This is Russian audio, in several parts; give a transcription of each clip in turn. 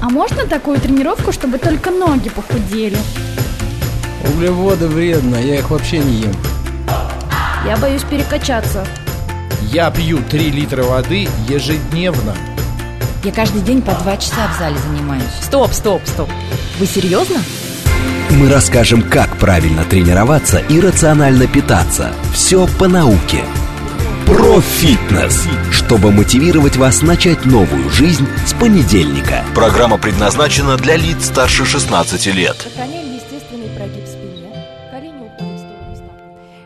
А можно такую тренировку, чтобы только ноги похудели? Углеводы вредно, я их вообще не ем. Я боюсь перекачаться. Я пью 3 литра воды ежедневно. Я каждый день по 2 часа в зале занимаюсь. Стоп. Вы серьезно? Мы расскажем, как правильно тренироваться и рационально питаться. Все по науке. Про фитнес, чтобы мотивировать вас начать новую жизнь с понедельника. Программа предназначена для лиц старше 16 лет. Сохраняем естественный прогиб в спине. Колени уходят в сторону стопы.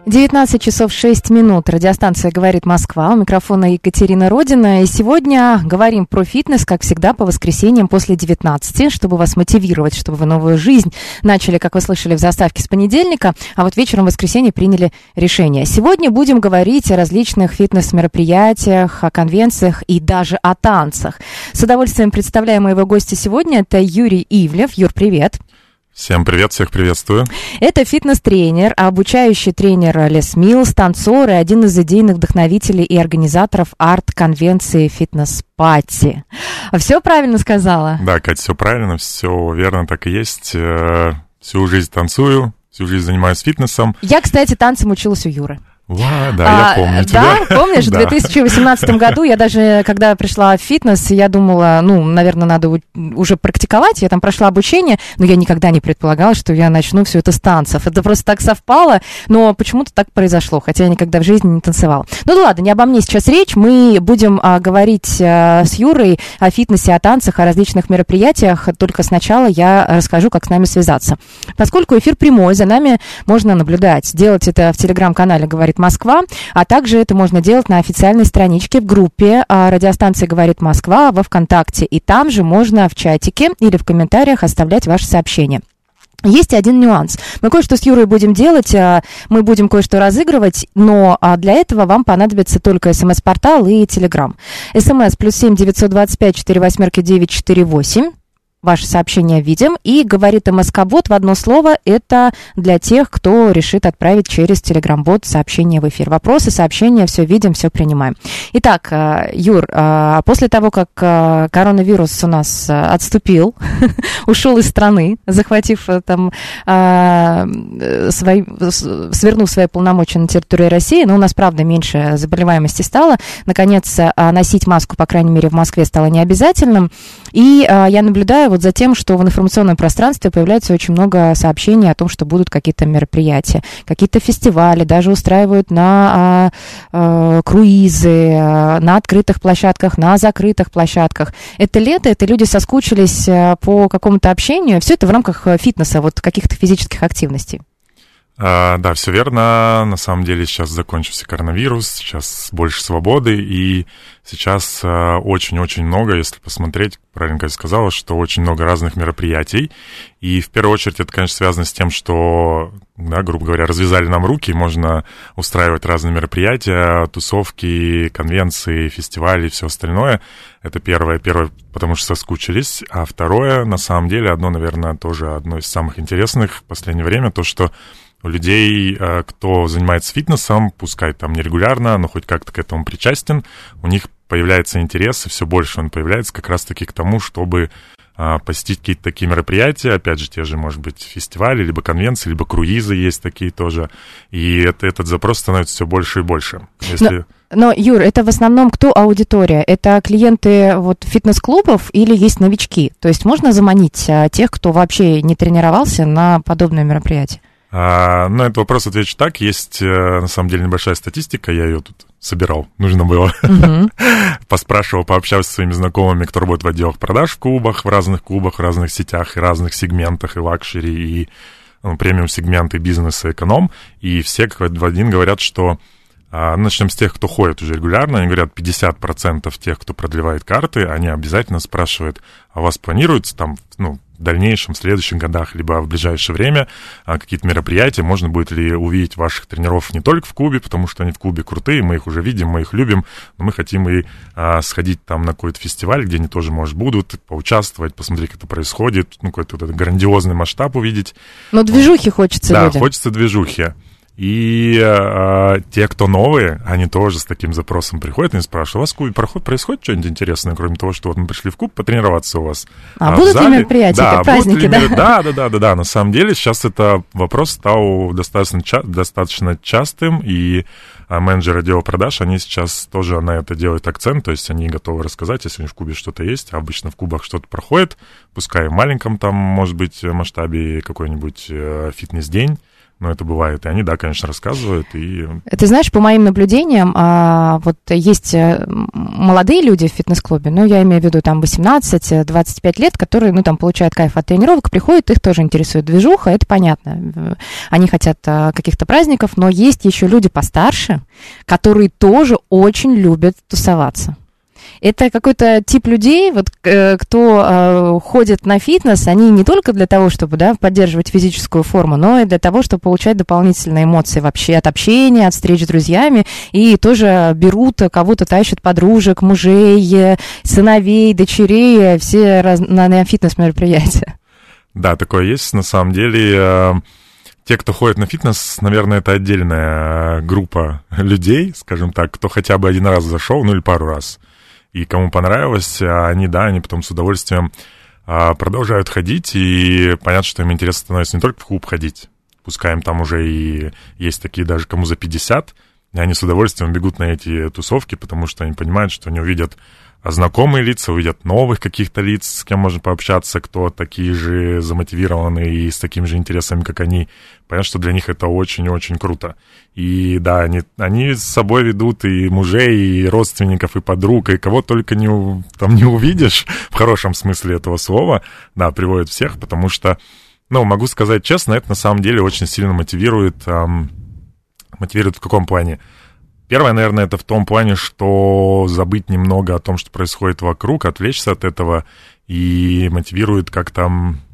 19 часов 6 минут. Радиостанция «Говорит Москва». У микрофона Екатерина Родина. И сегодня говорим про фитнес, как всегда, по воскресеньям после 19, чтобы вас мотивировать, чтобы вы новую жизнь начали, как вы слышали, в заставке с понедельника, а вот вечером в воскресенье приняли решение. Сегодня будем говорить о различных фитнес-мероприятиях, о конвенциях и даже о танцах. С удовольствием представляю моего гостя сегодня. Это Юрий Ивлев. Юр, привет. Всем привет, всех приветствую. Это фитнес-тренер, обучающий тренер Les Mills, танцор и один из идейных вдохновителей и организаторов арт-конвенции «Фитнес-пати». Все правильно сказала? Да, Катя, все правильно, все верно, так и есть. Всю жизнь танцую, всю жизнь занимаюсь фитнесом. Я, кстати, танцам училась у Юры. Да, я помню тебя. Да, помнишь, в 2018 году я даже, когда пришла в фитнес, я думала, наверное, надо уже практиковать, я там прошла обучение, но я никогда не предполагала, что я начну все это с танцев. Это просто так совпало, но почему-то так произошло, хотя я никогда в жизни не танцевала. Ну да ладно, не обо мне сейчас речь, мы будем говорить с Юрой о фитнесе, о танцах, о различных мероприятиях, только сначала я расскажу, как с нами связаться. Поскольку эфир прямой, за нами можно наблюдать, делать это в телеграм-канале «Говорит Москва», а также это можно делать на официальной страничке в группе радиостанции «Говорит Москва» во ВКонтакте. И там же можно в чатике или в комментариях оставлять ваши сообщения. Есть один нюанс. Мы кое-что с Юрой будем делать, мы будем кое-что разыгрывать, но для этого вам понадобится только СМС-портал и Телеграм. СМС +7 925 48 948. Ваши сообщения видим. И говорит МСК-бот в одно слово. Это для тех, кто решит отправить через Телеграм-бот сообщение в эфир. Вопросы, сообщения, все видим, все принимаем. Итак, Юр, после того, как коронавирус у нас отступил, ушел из страны, захватив там, свернув свои полномочия на территории России, но у нас, правда, меньше заболеваемости стало. Наконец, носить маску, по крайней мере, в Москве стало необязательным. И я наблюдаю вот за тем, что в информационном пространстве появляется очень много сообщений о том, что будут какие-то мероприятия, какие-то фестивали, даже устраивают на круизы, на открытых площадках, на закрытых площадках. Это лето, это люди соскучились по какому-то общению, все это в рамках фитнеса, вот каких-то физических активностей. Да, все верно. На самом деле сейчас закончился коронавирус, сейчас больше свободы, и сейчас очень-очень много, если посмотреть, правильно Катя сказала, что очень много разных мероприятий. И в первую очередь это, конечно, связано с тем, что, да, грубо говоря, развязали нам руки, можно устраивать разные мероприятия, тусовки, конвенции, фестивали и все остальное. Это первое, потому что соскучились. А второе, на самом деле, наверное, тоже одно из самых интересных в последнее время, то, что у людей, кто занимается фитнесом, пускай там нерегулярно, но хоть как-то к этому причастен, у них появляется интерес, и все больше он появляется как раз-таки к тому, чтобы посетить какие-то такие мероприятия, опять же, те же, может быть, фестивали, либо конвенции, либо круизы есть такие тоже, и этот запрос становится все больше и больше. Но, Юр, это в основном кто аудитория? Это клиенты вот фитнес-клубов или есть новички? То есть можно заманить тех, кто вообще не тренировался, на подобное мероприятие? На этот вопрос отвечу так. Есть, на самом деле, небольшая статистика, я ее тут собирал, нужно было. Поспрашивал, пообщался со своими знакомыми, кто работает в отделах продаж в разных клубах, в разных сетях, и разных сегментах, и лакшери, и премиум-сегменты, бизнес и эконом. И все как в один говорят, что... Начнем с тех, кто ходит уже регулярно. Они говорят, 50% тех, кто продлевает карты, они обязательно спрашивают, а у вас планируется там, в дальнейшем, в следующих годах, либо в ближайшее время какие-то мероприятия, можно будет ли увидеть ваших тренеров не только в клубе, потому что они в клубе крутые, мы их уже видим, мы их любим, но мы хотим и сходить там на какой-то фестиваль, где они тоже, может, будут, поучаствовать, посмотреть, как это происходит, какой-то вот этот грандиозный масштаб увидеть. Но движухи хочется людям. Да, хочется движухи. И те, кто новые, они тоже с таким запросом приходят и спрашивают: у вас в клубе происходит что-нибудь интересное, кроме того, что вот мы пришли в клуб потренироваться у вас? Будут ли мероприятия, да, праздники, да? Да. На самом деле сейчас это вопрос стал достаточно частым, и менеджеры отдела продаж, они сейчас тоже на это делают акцент, то есть они готовы рассказать, если у них в клубе что-то есть. Обычно в клубах что-то проходит, пускай в маленьком там, может быть, масштабе какой-нибудь фитнес-день, но это бывает, и они, да, конечно, рассказывают. И... Ты знаешь, по моим наблюдениям, вот есть молодые люди в фитнес-клубе, ну, я имею в виду там 18-25 лет, которые, ну, там, получают кайф от тренировок, приходят, их тоже интересует движуха, это понятно. Они хотят каких-то праздников, но есть еще люди постарше, которые тоже очень любят тусоваться. Это какой-то тип людей, вот, кто ходит на фитнес, они не только для того, чтобы, да, поддерживать физическую форму, но и для того, чтобы получать дополнительные эмоции вообще от общения, от встреч с друзьями, и тоже берут, кого-то тащат подружек, мужей, сыновей, дочерей, все на фитнес-мероприятия. Да, такое есть, на самом деле. Те, кто ходит на фитнес, наверное, это отдельная группа людей, скажем так, кто хотя бы один раз зашел, ну или пару раз. И кому понравилось, они потом с удовольствием продолжают ходить, и понятно, что им интересно становится не только в клуб ходить, пускай им там уже и есть такие даже, кому за 50, и они с удовольствием бегут на эти тусовки, потому что они понимают, что они увидят знакомые лица, увидят новых каких-то лиц, с кем можно пообщаться, кто такие же замотивированные и с такими же интересами, как они. Понятно, что для них это очень-очень круто. И да, они с собой ведут и мужей, и родственников, и подруг, и кого только не увидишь, в хорошем смысле этого слова, да, приводят всех, потому что, ну, могу сказать честно, это на самом деле очень сильно мотивирует. Мотивирует в каком плане? Первое, наверное, это в том плане, что забыть немного о том, что происходит вокруг, отвлечься от этого, и мотивирует как-то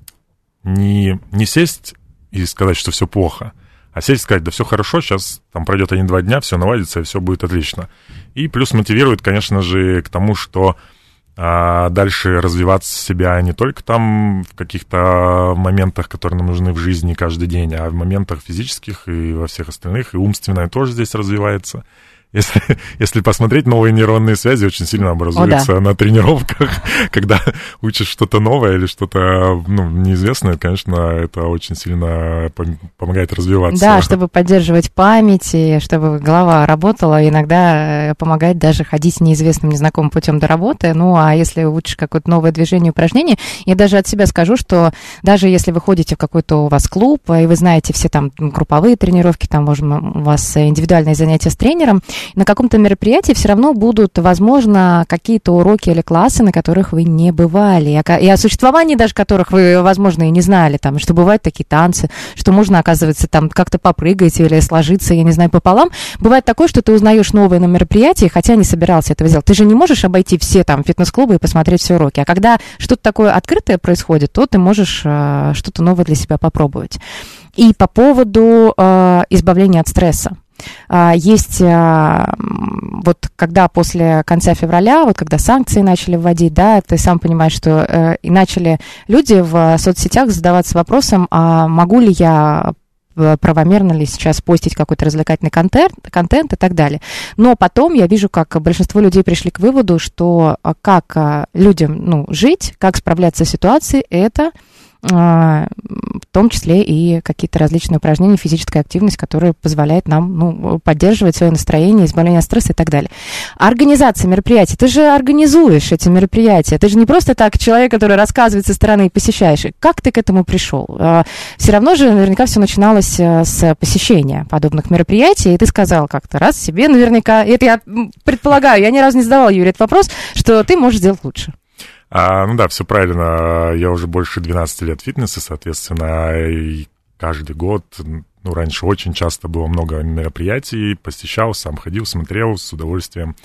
не сесть и сказать, что все плохо, а сесть и сказать: да все хорошо, сейчас там пройдет 1-2 дня, все наладится, и все будет отлично. И плюс мотивирует, конечно же, к тому, что дальше развиваться себя не только там в каких-то моментах, которые нам нужны в жизни каждый день, а в моментах физических и во всех остальных, и умственное тоже здесь развивается. Если посмотреть, новые нейронные связи очень сильно образуются на тренировках, когда учишь что-то новое или что-то, ну, неизвестное, конечно, это очень сильно помогает развиваться. Да, чтобы поддерживать память, и чтобы голова работала, иногда помогает даже ходить неизвестным, незнакомым путем до работы. Ну, а если учишь какое-то новое движение, упражнение, я даже от себя скажу, что даже если вы ходите в какой-то у вас клуб, и вы знаете все там групповые тренировки, там, может, у вас индивидуальные занятия с тренером, на каком-то мероприятии все равно будут, возможно, какие-то уроки или классы, на которых вы не бывали, и о существовании даже которых вы, возможно, и не знали, там, что бывают такие танцы, что можно, оказывается, там как-то попрыгать или сложиться, я не знаю, пополам. Бывает такое, что ты узнаешь новое на мероприятии, хотя не собирался этого сделать. Ты же не можешь обойти все там фитнес-клубы и посмотреть все уроки. А когда что-то такое открытое происходит, то ты можешь что-то новое для себя попробовать. И по поводу избавления от стресса. Есть, вот когда после конца февраля, вот когда санкции начали вводить, да, ты сам понимаешь, что и начали люди в соцсетях задаваться вопросом, а могу ли я, правомерно ли сейчас постить какой-то развлекательный контент и так далее. Но потом я вижу, как большинство людей пришли к выводу, что как людям, ну, жить, как справляться с ситуацией, это в том числе и какие-то различные упражнения, физическая активность, которая позволяет нам, ну, поддерживать свое настроение, избавление от стресса и так далее. Организация мероприятий. Ты же организуешь эти мероприятия. Ты же не просто так человек, который рассказывает со стороны и посещаешь. Как ты к этому пришел? Все равно же наверняка все начиналось с посещения подобных мероприятий, и ты сказал как-то раз себе наверняка, это я предполагаю, я ни разу не задавала Юрию этот вопрос, что ты можешь сделать лучше. Ну да, все правильно. Я уже больше 12 лет в фитнесе, соответственно, и каждый год, ну, раньше очень часто было много мероприятий, посещал, сам ходил, смотрел с удовольствием.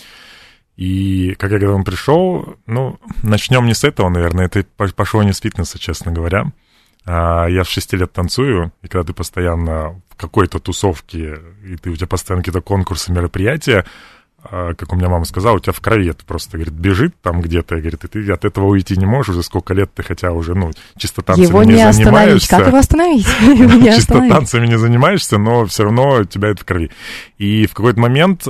И как я к этому пришел, ну, начнем не с этого, наверное, это пошло не с фитнеса, честно говоря. Я с 6 лет танцую, и когда ты постоянно в какой-то тусовке, и у тебя постоянно какие-то конкурсы, мероприятия, как у меня мама сказала, у тебя в крови это просто, говорит, бежит там где-то, говорит, и ты от этого уйти не можешь, уже сколько лет ты, хотя уже, чисто танцами его не остановить. занимаешься. Как его остановить? Его не Чисто остановить. танцами не занимаешься, но все равно у тебя это в крови. И в какой-то момент,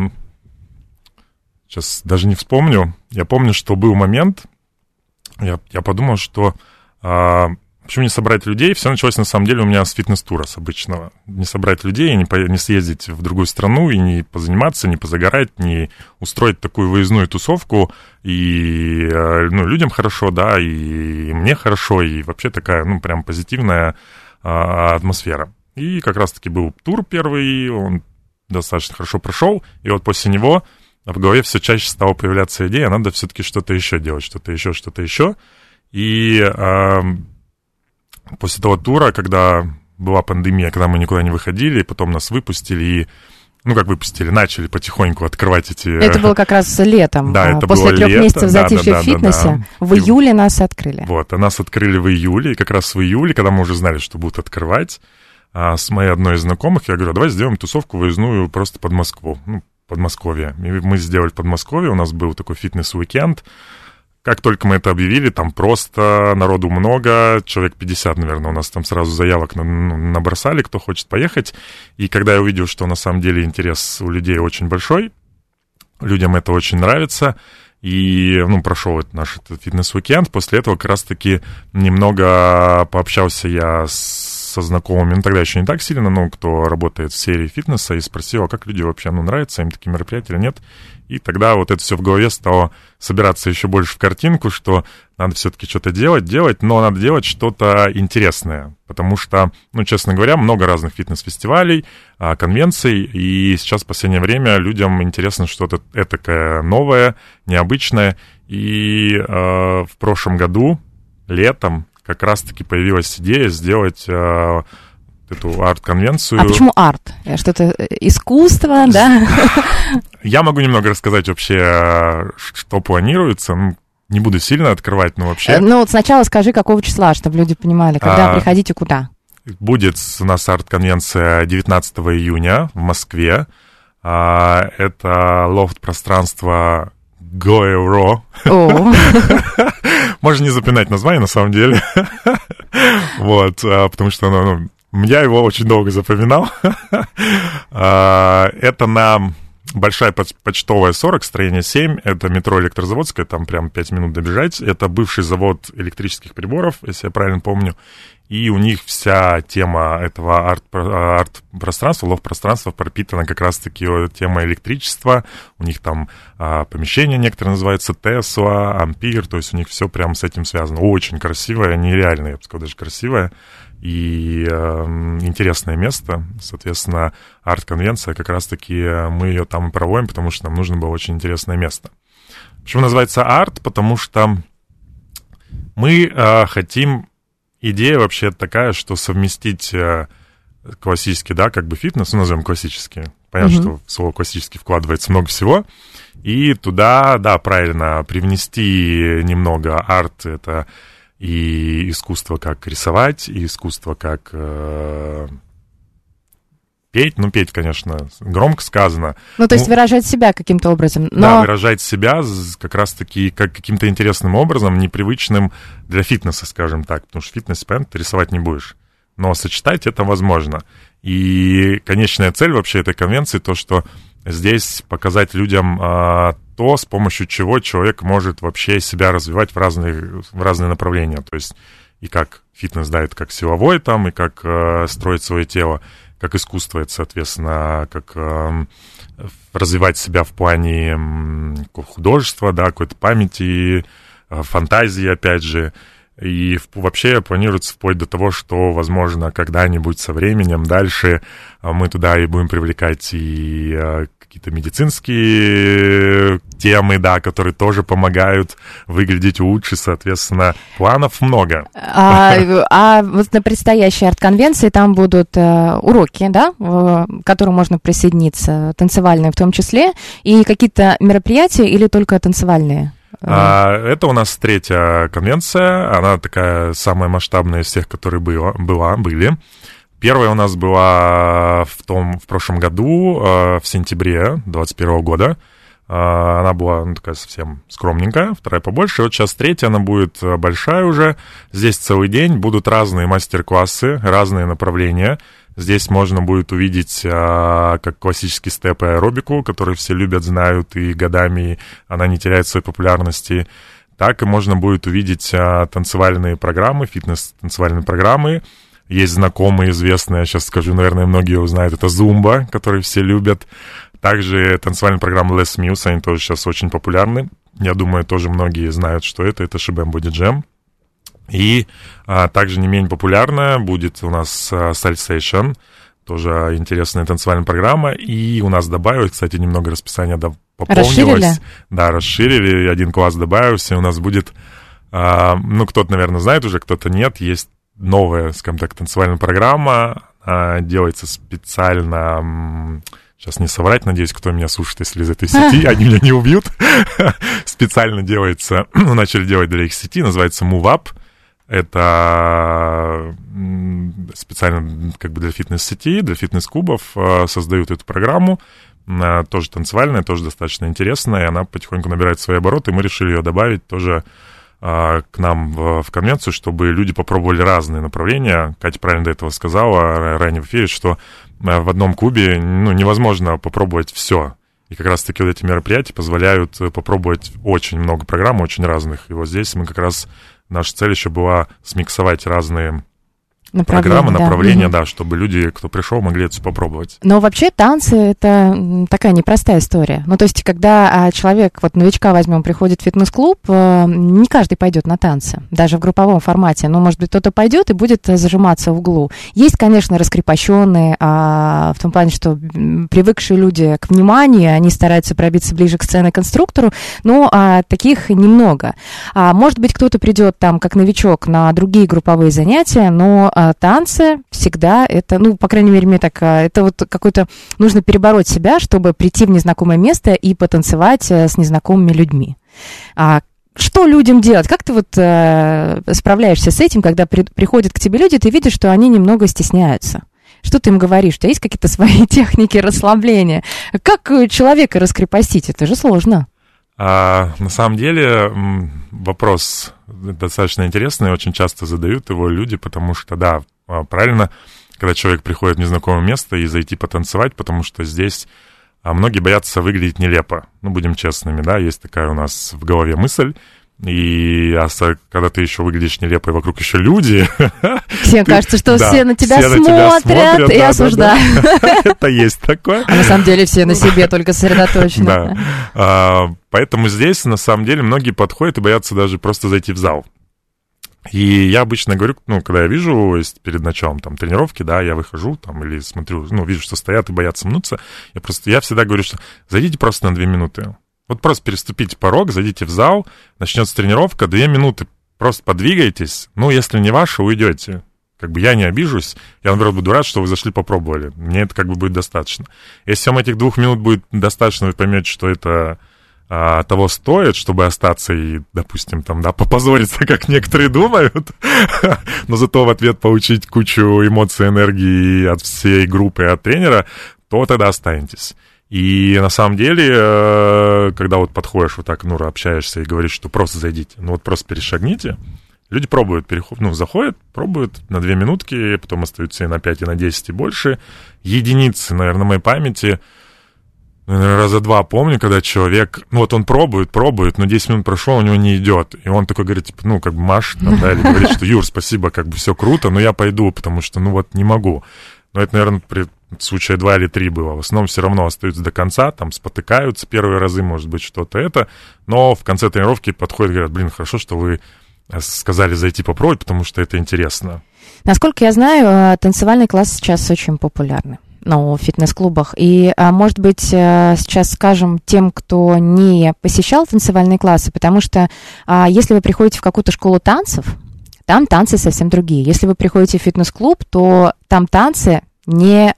сейчас даже не вспомню, я помню, что был момент, я подумал, что почему не собрать людей? Все началось, на самом деле, у меня с фитнес-тура, с обычного. Не собрать людей, не съездить в другую страну, и не позаниматься, не позагорать, не устроить такую выездную тусовку. И людям хорошо, да, и мне хорошо, и вообще такая, прям позитивная атмосфера. И как раз-таки был тур первый, он достаточно хорошо прошел, и вот после него в голове все чаще стала появляться идея, надо все-таки что-то еще делать, что-то еще. И после того тура, когда была пандемия, когда мы никуда не выходили, потом нас выпустили, начали потихоньку открывать эти... Это было как раз летом. Да, это после было 3 лето. месяцев затишья в фитнесе. В июле нас открыли. Вот, а нас открыли в июле, и как раз в июле, когда мы уже знали, что будут открывать, с моей одной из знакомых, я говорю, давай сделаем тусовку выездную просто под Москву, Подмосковье. И мы сделали Подмосковье, у нас был такой фитнес-уикенд. Как только мы это объявили, там просто народу много, человек 50, наверное, у нас там сразу заявок набросали, кто хочет поехать. И когда я увидел, что на самом деле интерес у людей очень большой, людям это очень нравится, и, прошел наш фитнес-уикенд, после этого как раз-таки немного пообщался я со знакомыми, тогда еще не так сильно, кто работает в сфере фитнеса, и спросил, а как люди вообще, нравятся им такие мероприятия или нет. И тогда вот это все в голове стало собираться еще больше в картинку, что надо все-таки что-то делать, но надо делать что-то интересное, потому что, честно говоря, много разных фитнес-фестивалей, конвенций, и сейчас в последнее время людям интересно что-то этакое новое, необычное, и в прошлом году, летом, как раз-таки появилась идея сделать эту арт-конвенцию. А почему арт? Что-то искусство, да? Я могу немного рассказать вообще, что планируется. Не буду сильно открывать, но вообще... Сначала скажи, какого числа, чтобы люди понимали, когда приходить и куда. Будет у нас арт-конвенция 19 июня в Москве. Это лофт-пространство Гоэро. Можно не запоминать название, на самом деле. Вот, потому что я его очень долго запоминал. Это на Большая Почтовая 40, строение 7. Это метро Электрозаводская, там прям 5 минут добежать. Это бывший завод электрических приборов, если я правильно помню. И у них вся тема этого арт-пространства, лофт-пространства пропитана как раз-таки темой электричества. У них там помещение некоторые называются Тесла, Ампир, то есть у них все прям с этим связано. Очень красивое, нереально, я бы сказал, даже красивое. И интересное место, соответственно, арт-конвенция, как раз-таки мы ее там и проводим, потому что нам нужно было очень интересное место. Почему называется арт? Потому что мы хотим... Идея вообще такая, что совместить классический, фитнес, назовем классический. Понятно, что в слово классический вкладывается много всего. И туда, правильно, привнести немного арт, это и искусство, как рисовать, и искусство, как петь. Петь, конечно, громко сказано. То есть выражать себя каким-то образом. Но... Да, выражать себя как раз-таки как каким-то интересным образом, непривычным для фитнеса, скажем так. Потому что в фитнесе, понятно, ты рисовать не будешь. Но сочетать это возможно. И конечная цель вообще этой конвенции, то, что здесь показать людям то, с помощью чего человек может вообще себя развивать в разные направления. То есть и как фитнес, это как силовой и как строить свое тело, как искусство, это, соответственно, как развивать себя в плане художества, какой-то памяти, фантазии, опять же. И вообще планируется вплоть до того, что, возможно, когда-нибудь со временем дальше мы туда и будем привлекать и какие-то медицинские темы, которые тоже помогают выглядеть лучше, соответственно, планов много. А вот на предстоящей арт-конвенции там будут уроки, к которым можно присоединиться, танцевальные в том числе, и какие-то мероприятия или только танцевальные? Это у нас 3-я конвенция, она такая самая масштабная из всех, которые были. Первая у нас была в прошлом году, в сентябре 2021 года. Она была такая совсем скромненькая, вторая побольше. Вот сейчас третья, она будет большая уже. Здесь целый день будут разные мастер-классы, разные направления. Здесь можно будет увидеть как классический степ и аэробику, который все любят, знают, и годами она не теряет своей популярности. Так и можно будет увидеть танцевальные программы, фитнес-танцевальные программы. Есть знакомые, известные, я сейчас скажу, наверное, многие узнают, это зумба, который все любят. Также танцевальные программы Les Mills, они тоже сейчас очень популярны. Я думаю, тоже многие знают, что это Shebang Body Jam. И также не менее популярная будет у нас Salsation, тоже интересная танцевальная программа. И у нас добавилось, кстати, немного расписания пополнилось. Расширили? Да, расширили, один класс добавился, и у нас будет, кто-то, наверное, знает уже, кто-то нет, есть новая, скажем так, танцевальная программа, делается специально, сейчас не соврать, надеюсь, кто меня слушает, если из этой сети, они меня не убьют, специально делается, начали делать для их сети, называется Move Up, это специально как бы для фитнес-сети, для фитнес-клубов создают эту программу, тоже танцевальная, тоже достаточно интересная, и она потихоньку набирает свои обороты, и мы решили ее добавить тоже к нам в конвенцию, чтобы люди попробовали разные направления. Катя правильно до этого сказала ранее в эфире, что в одном клубе невозможно попробовать все. И как раз-таки вот эти мероприятия позволяют попробовать очень много программ, очень разных. И вот здесь мы как раз, наша цель еще была смиксовать разные программы, направления, да, чтобы люди, кто пришел, могли это все попробовать. Но вообще танцы — это такая непростая история. Ну, то есть, когда человек, вот новичка возьмем, приходит в фитнес-клуб, не каждый пойдет на танцы, даже в групповом формате. Ну, может быть, кто-то пойдет и будет зажиматься в углу. Есть, конечно, раскрепощенные, в том плане, что привыкшие люди к вниманию, они стараются пробиться ближе к сцене, к инструктору, но таких немного. Может быть, кто-то придет там, как новичок, на другие групповые занятия, но танцы всегда это, по крайней мере, мне так, это вот какой-то, нужно перебороть себя, чтобы прийти в незнакомое место и потанцевать с незнакомыми людьми. Что людям делать? Как ты вот справляешься с этим, когда приходят к тебе люди, ты видишь, что они немного стесняются? Что ты им говоришь? У тебя есть какие-то свои техники расслабления? Как человека раскрепостить? Это же сложно. На самом деле вопрос достаточно интересный, очень часто задают его люди, потому что, да, правильно, когда человек приходит в незнакомое место и зайти потанцевать, потому что здесь многие боятся выглядеть нелепо. Будем честными, да, есть такая у нас в голове мысль, и когда ты еще выглядишь нелепо, и вокруг еще люди... Всем кажется, что все на тебя смотрят и осуждают. Это есть такое. А на самом деле все на себе только сосредоточены. Да. Поэтому здесь, на самом деле, многие подходят и боятся даже просто зайти в зал. И я обычно говорю, когда я вижу перед началом тренировки, да, я выхожу или смотрю, вижу, что стоят и боятся мнуться, я всегда говорю, что зайдите просто на 2 минуты. Вот просто переступите порог, зайдите в зал, начнется тренировка, 2 минуты, просто подвигайтесь. Если не ваше, уйдете. Я не обижусь, я, наоборот, буду рад, что вы зашли, попробовали. Мне это будет достаточно. Если вам этих 2 минут будет достаточно, вы поймете, что это того стоит, чтобы остаться и, допустим, попозориться, как некоторые думают, но зато в ответ получить кучу эмоций, энергии от всей группы, от тренера, то тогда останетесь. И на самом деле, когда подходишь общаешься и говоришь, что просто зайдите, просто перешагните, люди пробуют, заходят, пробуют на 2 минутки, потом остаются и на 5, и на 10, и больше. Единицы, наверное, моей памяти, раза 2 помню, когда человек, он пробует, но 10 минут прошло, у него не идет. И он такой говорит, машет, или говорит, что Юр, спасибо, все круто, но я пойду, потому что, не могу. Но это, наверное, при случае 2 или 3 было. В основном все равно остаются до конца, спотыкаются первые разы, может быть, что-то это. Но в конце тренировки подходят и говорят, хорошо, что вы сказали зайти попробовать, потому что это интересно. Насколько я знаю, танцевальный класс сейчас очень популярный. В фитнес-клубах. И, может быть, сейчас скажем тем, кто не посещал танцевальные классы, потому что если вы приходите в какую-то школу танцев, там танцы совсем другие. Если вы приходите в фитнес-клуб, то там танцы не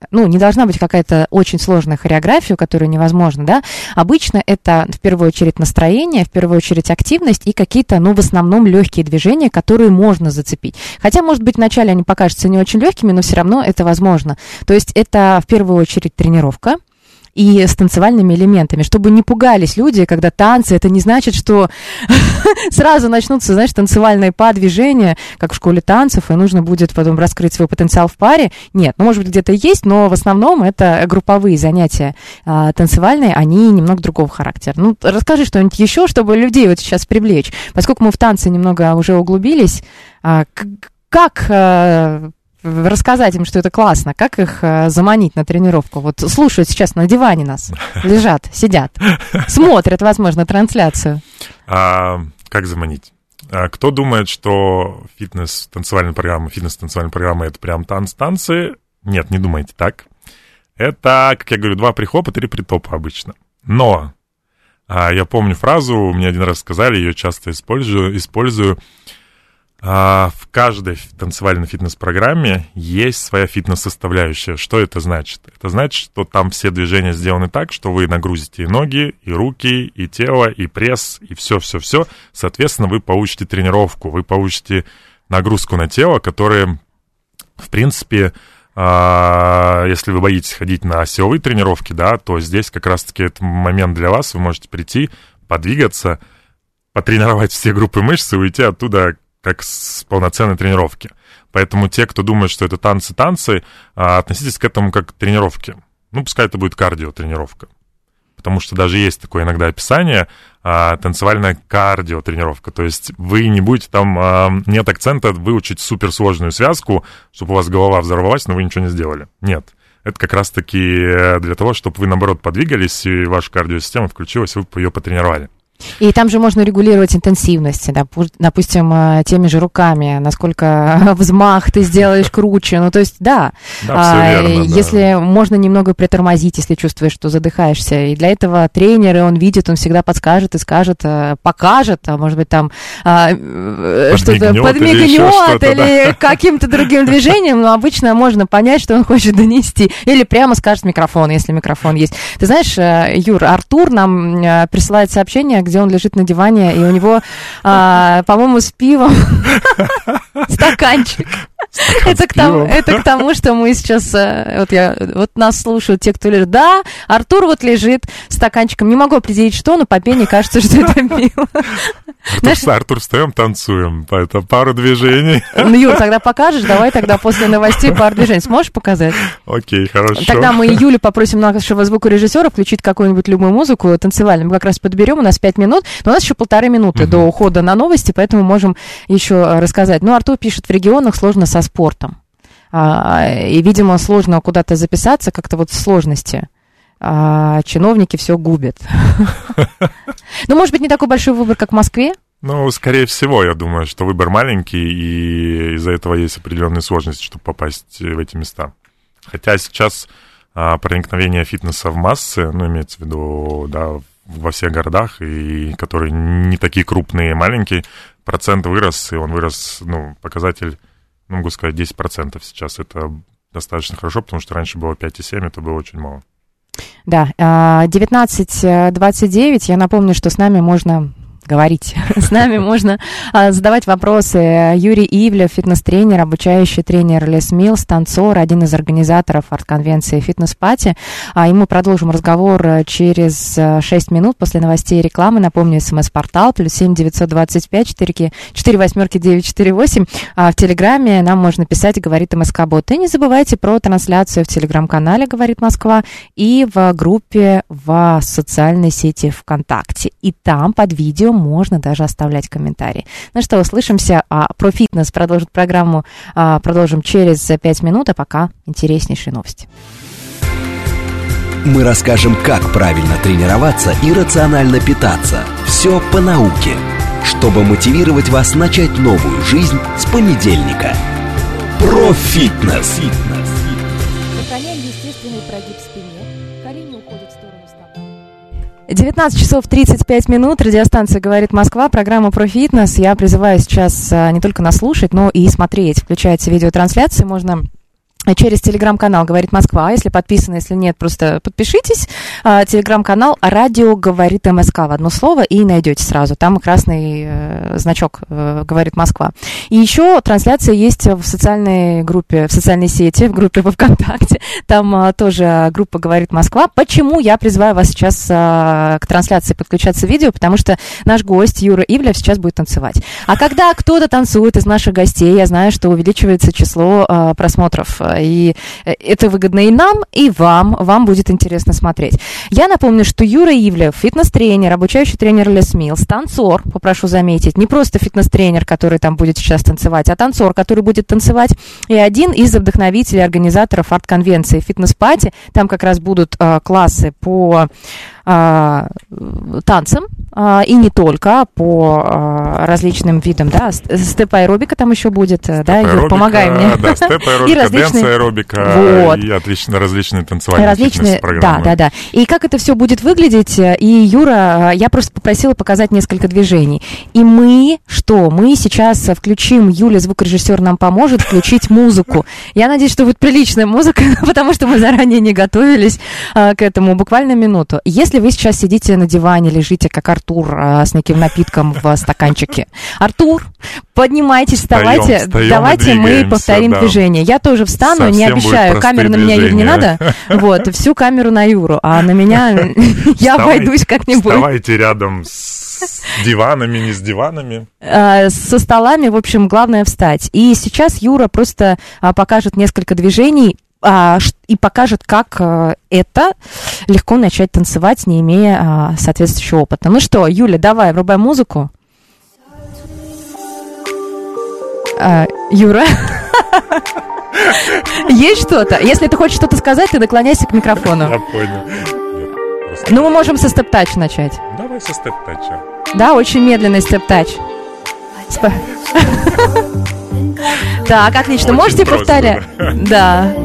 не должна быть какая-то очень сложная хореография, которую невозможно, да. Обычно это в первую очередь настроение, в первую очередь активность и какие-то, в основном легкие движения, которые можно зацепить. Хотя, может быть, вначале они покажутся не очень легкими, но все равно это возможно. То есть это в первую очередь тренировка. И с танцевальными элементами, чтобы не пугались люди, когда танцы, это не значит, что сразу начнутся, танцевальные движения, как в школе танцев, и нужно будет потом раскрыть свой потенциал в паре. Нет, может быть, где-то есть, но в основном это групповые занятия танцевальные, они немного другого характера. Расскажи что-нибудь еще, чтобы людей вот сейчас привлечь. Поскольку мы в танцы немного уже углубились, как рассказать им, что это классно, как их заманить на тренировку? Вот слушают сейчас на диване нас, лежат, сидят, смотрят, возможно, трансляцию. Как заманить? Кто думает, что фитнес-танцевальная программа это прям танцы? Нет, не думайте так. Это, как я говорю, 2 прихлопа, 3 притопа обычно. Но я помню фразу, мне один раз сказали, ее часто использую. В каждой танцевальной фитнес-программе есть своя фитнес-составляющая. Что это значит? Это значит, что там все движения сделаны так, что вы нагрузите и ноги, и руки, и тело, и пресс, и все-все-все. Соответственно, вы получите тренировку, вы получите нагрузку на тело, которая, в принципе, если вы боитесь ходить на силовые тренировки, да, то здесь как раз-таки это момент для вас. Вы можете прийти, подвигаться, потренировать все группы мышц и уйти оттуда как с полноценной тренировки. Поэтому те, кто думает, что это танцы, относитесь к этому как к тренировке. Пускай это будет кардио-тренировка. Потому что даже есть такое иногда описание, танцевальная кардио-тренировка. То есть вы не будете там, нет акцента выучить суперсложную связку, чтобы у вас голова взорвалась, но вы ничего не сделали. Нет. Это как раз-таки для того, чтобы вы, наоборот, подвигались, и ваша кардиосистема включилась, вы ее потренировали. И там же можно регулировать интенсивность, допустим, теми же руками, насколько взмах ты сделаешь круче, то есть, да, верно, если можно немного притормозить, если чувствуешь, что задыхаешься, и для этого тренер, и он видит, он всегда подскажет и скажет, покажет, может быть, там что-то подмигнет или каким-то другим движением, но обычно можно понять, что он хочет донести, или прямо скажет микрофон, если микрофон есть. Ты знаешь, Юр, Артур нам присылает сообщение, где он лежит на диване, и у него, по-моему, с пивом стаканчик. Это к тому, что мы сейчас... нас слушают те, кто лежит. Да, Артур лежит с стаканчиком. Не могу определить, что, но по пене кажется, что это пиво. Артур, встаем, танцуем. Это пару движений. Юр, тогда покажешь? Давай тогда после новостей пару движений. Сможешь показать? Окей, хорошо. Тогда мы Юлю попросим нашего звукорежиссера включить какую-нибудь любую музыку танцевальную. Мы как раз подберем, у нас 5 минут, но у нас еще 1,5 минуты до ухода на новости, поэтому можем еще рассказать. Артур пишет, в регионах сложно со спортом. И, видимо, сложно куда-то записаться, как-то сложности. Чиновники все губят. Может быть, не такой большой выбор, как в Москве? Скорее всего, я думаю, что выбор маленький, и из-за этого есть определенные сложности, чтобы попасть в эти места. Хотя сейчас проникновение фитнеса в массы, имеется в виду, да, во всех городах, и которые не такие крупные, маленькие, процент вырос, и он вырос, показатель, могу сказать, 10% сейчас. Это достаточно хорошо, потому что раньше было 5,7, это было очень мало. Да, 19:29, я напомню, что с нами можно говорить. С нами можно задавать вопросы. Юрий Ивлев, фитнес-тренер, обучающий тренер Les Mills, танцор, один из организаторов арт-конвенции «Фитнес-пати». И мы продолжим разговор через 6 минут после новостей и рекламы. Напомню, СМС-портал +7 925 4 948. В Телеграме нам можно писать «Говорит МСК-бот». И не забывайте про трансляцию в Телеграм-канале «Говорит Москва» и в группе в социальной сети ВКонтакте. И там под видео можно даже оставлять комментарии. Услышимся. Про фитнес программу продолжим через 5 минут, а пока интереснейшие новости. Мы расскажем, как правильно тренироваться и рационально питаться. Все по науке, чтобы мотивировать вас начать новую жизнь с понедельника. Про фитнес. Сохраняем естественный прогиб в спине. Колени уходят в сторону стопы. 19:35. Радиостанция «Говорит Москва», программа про фитнес. Я призываю сейчас не только нас слушать, но и смотреть. Включается видеотрансляция, можно через телеграм-канал «Говорит Москва». Если подписаны, если нет, просто подпишитесь. Телеграм-канал «Радио говорит МСК» в одно слово и найдете сразу. Там красный значок «Говорит Москва». И еще трансляция есть в социальной группе, в социальной сети, в группе во ВКонтакте. Там тоже группа «Говорит Москва». Почему я призываю вас сейчас к трансляции подключаться к видео? Потому что наш гость Юра Ивлев сейчас будет танцевать. А когда кто-то танцует из наших гостей, я знаю, что увеличивается число просмотров. И это выгодно и нам, и вам. Вам будет интересно смотреть. Я напомню, что Юра Ивлев, фитнес-тренер, обучающий тренер Les Mills, танцор, попрошу заметить, не просто фитнес-тренер, который там будет сейчас танцевать, а танцор, который будет танцевать, и один из вдохновителей, организаторов арт-конвенции «Фитнес-пати». Там как раз будут классы по танцам, и не только, по различным видам, да, степ-аэробика там еще будет, да, Юр, помогай мне. Да, степ-аэробика, дэнс-аэробика, вот. И различные танцевальные фитнес-программы. Да. И как это все будет выглядеть, и Юра, я просто попросила показать несколько движений. И мы сейчас включим, Юля, звукорежиссер, нам поможет включить музыку. Я надеюсь, что будет приличная музыка, потому что мы заранее не готовились к этому, буквально минуту. Если вы сейчас сидите на диване, лежите, как Артур, с неким напитком в стаканчике. Артур, поднимайтесь, вставайте, встаем давайте мы повторим движение. Я тоже встану, совсем не обещаю, камеру на меня, Юрий, не надо. Вот, всю камеру на Юру, а на меня я обойдусь как-нибудь. Вставайте рядом с диванами, не с диванами. Со столами, в общем, главное встать. И сейчас Юра просто покажет несколько движений, и покажет, как это легко начать танцевать, не имея соответствующего опыта. Ну что, Юля, давай, врубай музыку. Юра? Есть что-то? Если ты хочешь что-то сказать, ты наклоняйся к микрофону. Я понял. Ну, мы можем со степ-тач начать. Давай со степ-тача. Да, очень медленный степ-тач. Так, отлично. Можете повторять? Да.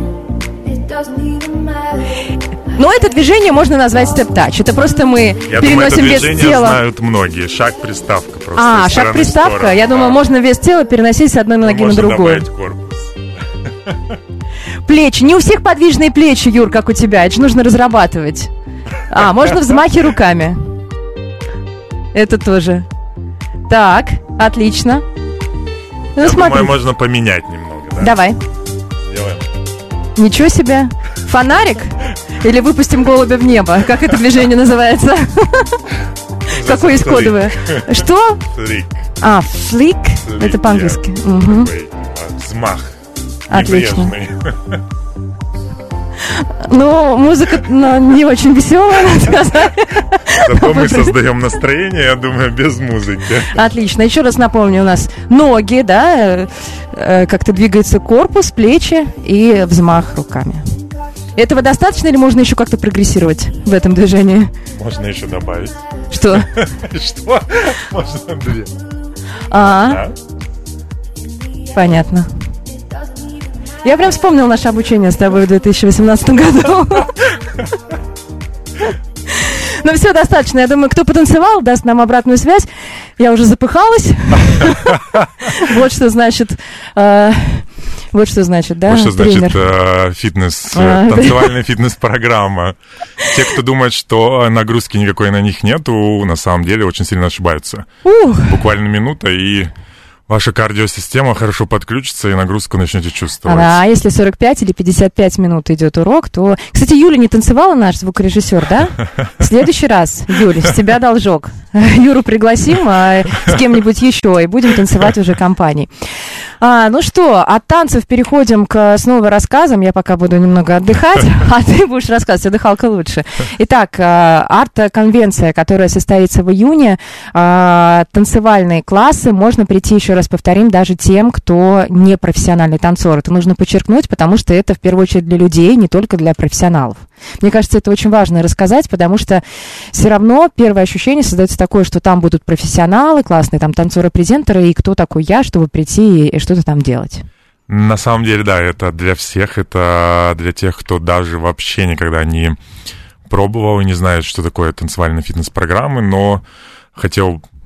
Но это движение можно назвать степ-тач. Это просто мы переносим вес тела. Я думаю, это движение знают многие. Шаг-приставка просто. Шаг-приставка? Я думаю, можно вес тела переносить с одной ноги на другую. Можно добавить корпус. Плечи. Не у всех подвижные плечи, Юр, как у тебя. Это же нужно разрабатывать. Можно взмахи руками. Это тоже. Так, отлично. Я думаю, можно поменять немного. Да? Давай. Делаем. Ничего себе. Фонарик? Или выпустим голубя в небо? Как это движение называется? Какое есть кодовое? Что? Флик. Флик? Это по-английски. Взмах. Отлично. Ну, музыка не очень веселая, надо сказать. Зато мы создаем настроение, я думаю, без музыки. Отлично. Еще раз напомню, у нас ноги, да, как-то двигается корпус, плечи и взмах руками. Этого достаточно или можно еще как-то прогрессировать в этом движении? Можно еще добавить. Что? Что? Можно две. Понятно. Я прям вспомнил наше обучение с тобой в 2018 году. Ну все, достаточно. Я думаю, кто потанцевал, даст нам обратную связь. Я уже запыхалась. Вот что значит... Вот что значит, да, вот что значит фитнес, танцевальная фитнес-программа. Те, кто думает, что нагрузки никакой на них нету, на самом деле очень сильно ошибаются. Буквально минута, и ваша кардиосистема хорошо подключится, и нагрузку начнете чувствовать. А если 45 или 55 минут идет урок, то... Кстати, Юля не танцевала, наш звукорежиссер, да? В следующий раз, Юля, с тебя должок. Юру пригласим с кем-нибудь еще, и будем танцевать уже компанией. Ну что, от танцев переходим к снова рассказам. Я пока буду немного отдыхать, а ты будешь рассказывать, дыхалка лучше. Итак, арт-конвенция, которая состоится в июне, танцевальные классы, можно прийти, еще раз повторим, даже тем, кто не профессиональный танцор. Это нужно подчеркнуть, потому что это в первую очередь для людей, не только для профессионалов. Мне кажется, это очень важно рассказать, потому что все равно первое ощущение создается такое, что там будут профессионалы, классные там танцоры-презентеры, и кто такой я, чтобы прийти и что-то там делать. На самом деле, да, это для всех, это для тех, кто даже вообще никогда не пробовал и не знает, что такое танцевальные фитнес-программы, но хотел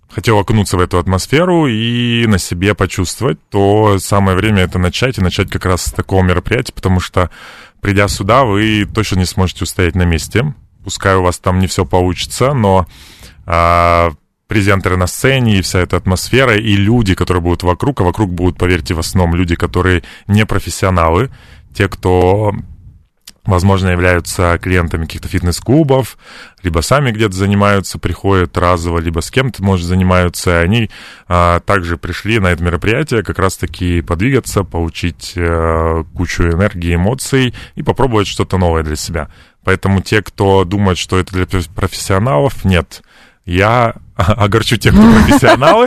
хотел окунуться в эту атмосферу и на себе почувствовать, то самое время это начать, и начать как раз с такого мероприятия, потому что, придя сюда, вы точно не сможете устоять на месте. Пускай у вас там не все получится, но презентеры на сцене и вся эта атмосфера, и люди, которые будут вокруг, а вокруг будут, поверьте, в основном люди, которые не профессионалы, те, кто, возможно, являются клиентами каких-то фитнес-клубов, либо сами где-то занимаются, приходят разово, либо с кем-то, может, занимаются. Они также пришли на это мероприятие как раз-таки подвигаться, получить кучу энергии, эмоций и попробовать что-то новое для себя. Поэтому те, кто думает, что это для профессионалов, нет. Я огорчу тех, кто профессионалы.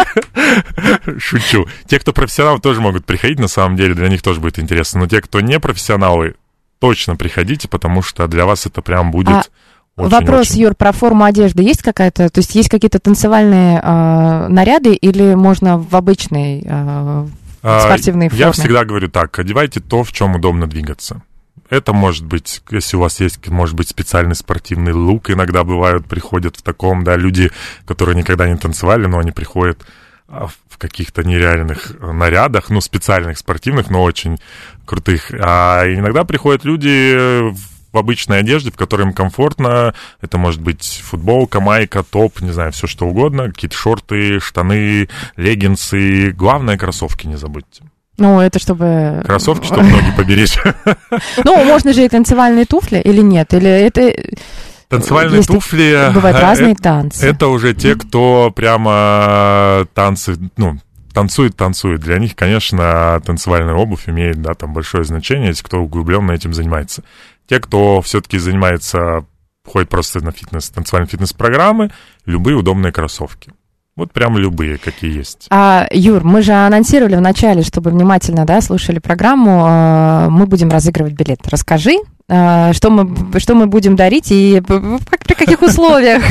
Шучу. Те, кто профессионалы, тоже могут приходить, на самом деле, для них тоже будет интересно. Но те, кто не профессионалы, точно приходите, потому что для вас это прям будет Вопрос, Юр, про форму одежды есть какая-то? То есть есть какие-то танцевальные наряды или можно в обычной спортивной форме? Я всегда говорю так, одевайте то, в чем удобно двигаться. Это может быть, если у вас есть, может быть, специальный спортивный лук, иногда бывают, приходят в таком, да, люди, которые никогда не танцевали, но они приходят в каких-то нереальных нарядах, ну, специальных спортивных, но очень крутых. А иногда приходят люди в обычной одежде, в которой им комфортно. Это может быть футболка, майка, топ, не знаю, все что угодно, какие-то шорты, штаны, леггинсы. Главное, кроссовки не забудьте. Ну, это чтобы... Кроссовки, чтобы ноги поберечь. Ну, можно же и танцевальные туфли или нет? Или это... Танцевальные туфли... Бывают разные танцы. Это уже те, кто прямо танцы... Ну, танцует. Для них, конечно, танцевальная обувь имеет, да, там большое значение, если кто углубленно этим занимается. Те, кто все-таки занимается, ходит просто на фитнес, танцевальные фитнес-программы, любые удобные кроссовки. Вот прям любые, какие есть. Юр, мы же анонсировали в начале, чтобы внимательно, да, слушали программу, мы будем разыгрывать билет. Расскажи, что мы будем дарить и при каких условиях?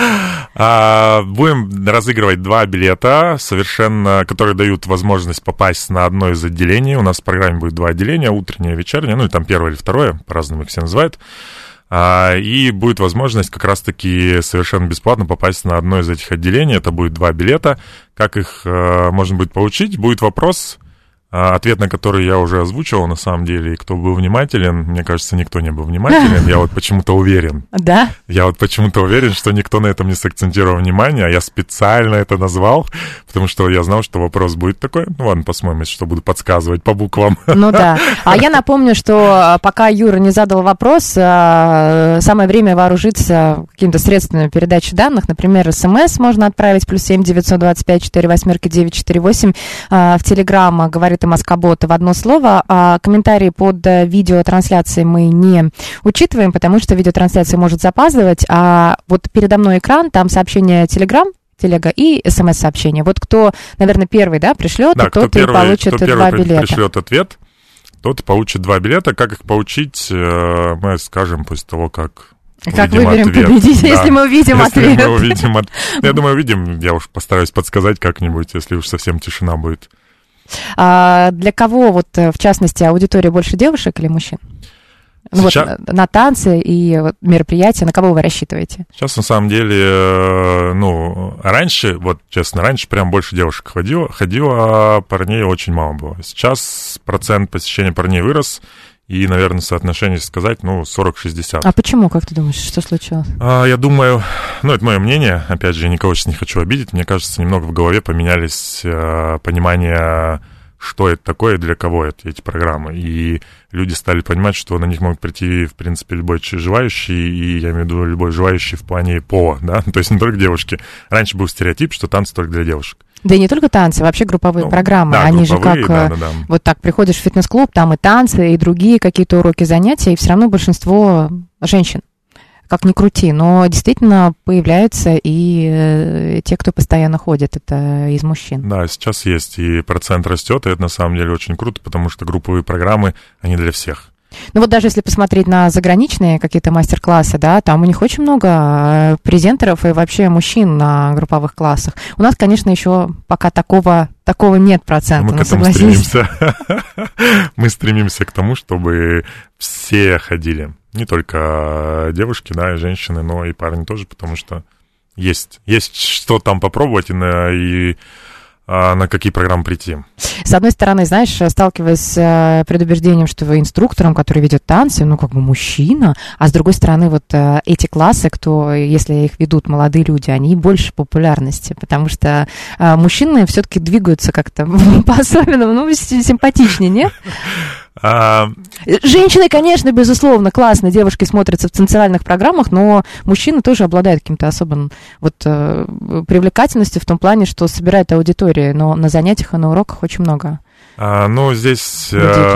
Будем разыгрывать 2 билета, совершенно, которые дают возможность попасть на одно из отделений. У нас в программе будет 2 отделения, утреннее и вечернее, ну и там первое или второе, по-разному их все называют. И будет возможность как раз-таки совершенно бесплатно попасть на одно из этих отделений. Это будет 2 билета. Как их можно будет получить? Будет вопрос, ответ на который я уже озвучивал, на самом деле. И кто был внимателен, мне кажется, никто не был внимателен. Я вот почему-то уверен. Да? Я вот почему-то уверен, что никто на этом не сакцентировал внимание, а я специально это назвал, потому что я знал, что вопрос будет такой. Ну ладно, посмотрим, если что, буду подсказывать по буквам. Ну да. А я напомню, что пока Юра не задал вопрос, самое время вооружиться какими-то средствами передачи данных. Например, СМС можно отправить +7 925 48 948 в Телеграм, говорит МСК-бот в одно слово. Комментарии под видеотрансляцией мы не учитываем, потому что видеотрансляция может запаздывать. А вот передо мной экран, там сообщение телега и смс-сообщение. Вот кто, наверное, первый, да, пришлет, да, тот и получит 2 билета. Пришлет ответ, тот получит 2 билета. Как их получить, мы скажем после того, как выберем ответ. Победителя, да. Если мы увидим ответ. Я думаю, увидим. Я уж постараюсь подсказать как-нибудь, если уж совсем тишина будет. Для кого, вот, в частности, аудитория больше девушек или мужчин? Сейчас... Вот, на танцы и мероприятия, на кого вы рассчитываете? Сейчас, на самом деле, раньше, вот, честно, раньше прям больше девушек ходило, а парней очень мало было. Сейчас процент посещения парней вырос, и, наверное, соотношение сказать, 40-60. А почему, как ты думаешь, что случилось? Я думаю, это мое мнение, опять же, я никого сейчас не хочу обидеть, мне кажется, немного в голове поменялись понимание, что это такое и для кого это эти программы. И люди стали понимать, что на них могут прийти, в принципе, любой желающий, и я имею в виду любой желающий в плане пола, да, то есть не только девушки. Раньше был стереотип, что танцы только для девушек. Да и не только танцы, вообще групповые программы. Да, они групповые, же как вот так приходишь в фитнес-клуб, там и танцы, и другие какие-то уроки, занятия, и все равно большинство женщин. Как ни крути, но действительно появляются и те, кто постоянно ходит, это из мужчин. Да, сейчас есть, и процент растет, и это на самом деле очень круто, потому что групповые программы, они для всех. Ну вот даже если посмотреть на заграничные какие-то мастер-классы, да, там у них очень много презентеров и вообще мужчин на групповых классах. У нас, конечно, еще пока такого нет процента. Мы к этому стремимся. Мы стремимся к тому, чтобы все ходили. Не только девушки, да, и женщины, но и парни тоже, потому что есть что там попробовать и на какие программы прийти. С одной стороны, знаешь, сталкиваясь с предубеждением, что вы инструктором, который ведет танцы, ну, как бы мужчина, а с другой стороны, вот эти классы, если их ведут молодые люди, они больше популярности, потому что мужчины все-таки двигаются как-то по-особенному, ну, симпатичнее, нет? Женщины, конечно, безусловно, классно, девушки смотрятся в танцевальных программах, но мужчины тоже обладают каким-то особым привлекательностью в том плане, что собирают аудиторию, но на занятиях и на уроках очень много. Ну, здесь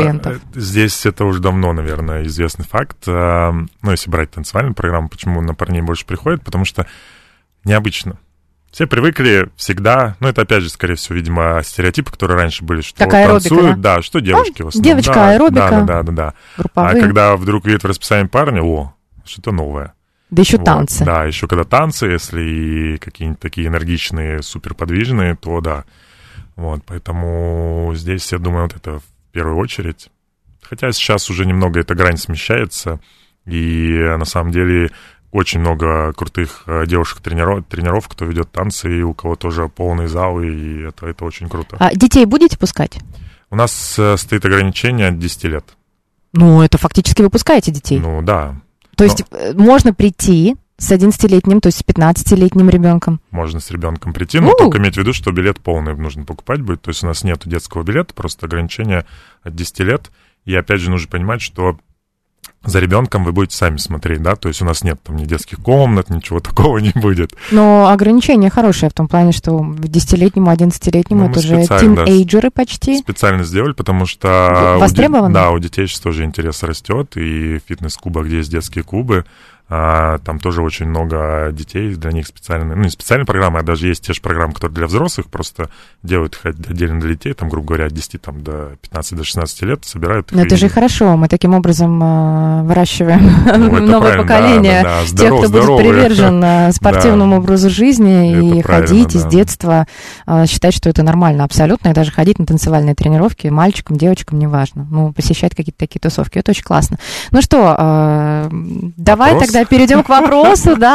это уже давно, наверное, известный факт. Ну, если брать танцевальную программу, почему на парней больше приходит, потому что необычно. Все привыкли всегда, ну, это, опять же, скорее всего, видимо, стереотипы, которые раньше были, что как аэробика, танцуют, да, что девушки в основном. Девочка, аэробика, да. Групповые. А когда вдруг видят в расписании парня, что-то новое. Да еще танцы. Да, еще когда танцы, если какие-нибудь такие энергичные, суперподвижные, то да. Вот, поэтому здесь, я думаю, вот это в первую очередь. Хотя сейчас уже немного эта грань смещается, и на самом деле очень много крутых девушек-тренеров, кто ведет танцы, и у кого тоже полные залы, и это очень круто. А детей будете пускать? У нас стоит ограничение от 10 лет. Ну, это фактически вы пускаете детей? Ну, да. То есть можно прийти с 11-летним, то есть с 15-летним ребенком? Можно с ребенком прийти, но только иметь в виду, что билет полный нужно покупать будет. То есть у нас нет детского билета, просто ограничение от 10 лет. И опять же нужно понимать, что за ребенком вы будете сами смотреть, да, то есть у нас нет там ни детских комнат, ничего такого не будет. Но ограничение хорошее в том плане, что 10-летнему, 11-летнему это же тинейджеры почти. Специально сделали, потому что востребовано? У детей сейчас тоже интерес растет, и в фитнес-клубах, где есть детские клубы, там тоже очень много детей, для них специальные, ну, не специальные программы, а даже есть те же программы, которые для взрослых, просто делают их отдельно для детей, там, грубо говоря, от 10 там, до 15, до 16 лет, собирают их. Но это же хорошо, мы таким образом выращиваем новое поколение, тех, кто будет привержен спортивному образу жизни и ходить с детства, считать, что это нормально абсолютно, и даже ходить на танцевальные тренировки мальчикам, девочкам, неважно, ну, посещать какие-то такие тусовки, это очень классно. Ну что, давай тогда перейдем к вопросу, да.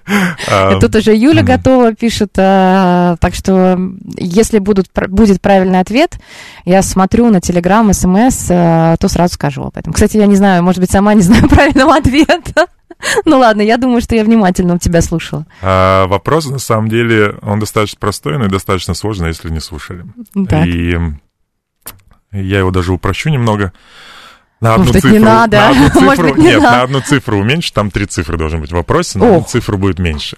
Тут уже Юля готова, пишет. Так что, если будет правильный ответ, я смотрю на Телеграм, СМС, то сразу скажу об этом. Кстати, я не знаю, может быть, сама не знаю правильного ответа. Ну ладно, я думаю, что я внимательно у тебя слушала. Вопрос, на самом деле, он достаточно простой, но и достаточно сложный, если не слушали. Так. И я его даже упрощу немного. На одну цифру, не надо. На одну цифру уменьшить, там 3 цифры должны быть в вопросе, на одну цифру будет меньше.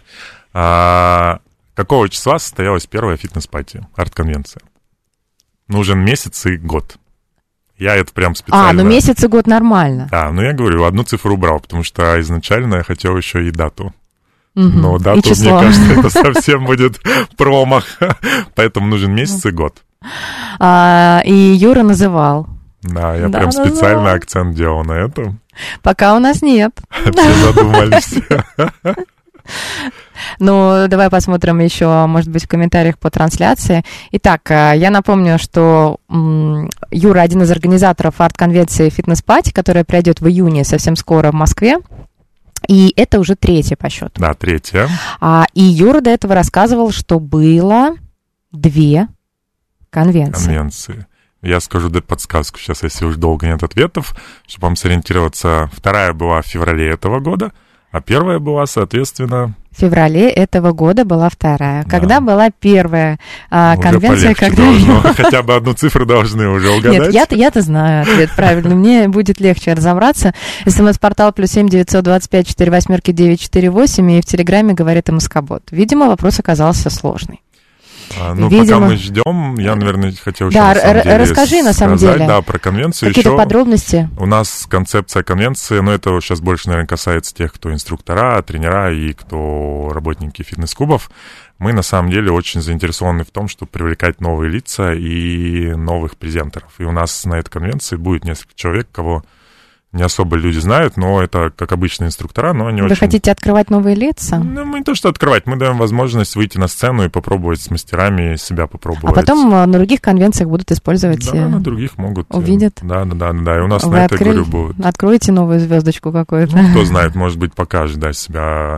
Какого числа состоялась первая фитнес-пати, арт-конвенция? Нужен месяц и год. Я это прям специально... ну месяц и год нормально. Да, ну я говорю, одну цифру убрал, потому что изначально я хотел еще и дату. Но дату, мне кажется, это совсем будет промах. Поэтому нужен месяц и год. И Юра называл. Да, я прям специально акцент делал на этом. Пока у нас нет. Все задумались. Ну, давай посмотрим еще, может быть, в комментариях по трансляции. Итак, я напомню, что Юра один из организаторов арт-конвенции «Фитнес-пати», которая пройдет в июне совсем скоро в Москве. И это уже 3-я по счету. Да, 3-я. И Юра до этого рассказывал, что было 2 конвенции. Я скажу подсказку сейчас, если уж долго нет ответов, чтобы вам сориентироваться. 2-я была в феврале этого года, а 1-я была, соответственно... В феврале этого года была 2-я. Когда была 1-я конвенция? Хотя бы одну цифру должны уже угадать. Нет, я-то знаю ответ правильно. Мне будет легче разобраться. СМС-портал +7 925 48 948 и в Телеграме говорит МСК-бот. Видимо, вопрос оказался сложный. Ну, видимо... пока мы ждем, я, наверное, хотел еще расскажи, на самом деле. Да, про конвенцию. Какие-то еще подробности? У нас концепция конвенции, но это сейчас больше, наверное, касается тех, кто инструктора, тренера и кто работники фитнес-клубов. Мы, на самом деле, очень заинтересованы в том, чтобы привлекать новые лица и новых презентеров. И у нас на этой конвенции будет несколько человек, кого... Не особо люди знают, но это, как обычные инструктора, но они очень... Вы хотите открывать новые лица? Ну, мы не то, что открывать, мы даем возможность выйти на сцену и попробовать с мастерами себя попробовать. А потом на других конвенциях будут использовать... Да, на других могут. Увидят. Да, и у нас на это, говорю, будет... Откроете новую звездочку какую-то? Ну, кто знает, может быть, покажет, да, себя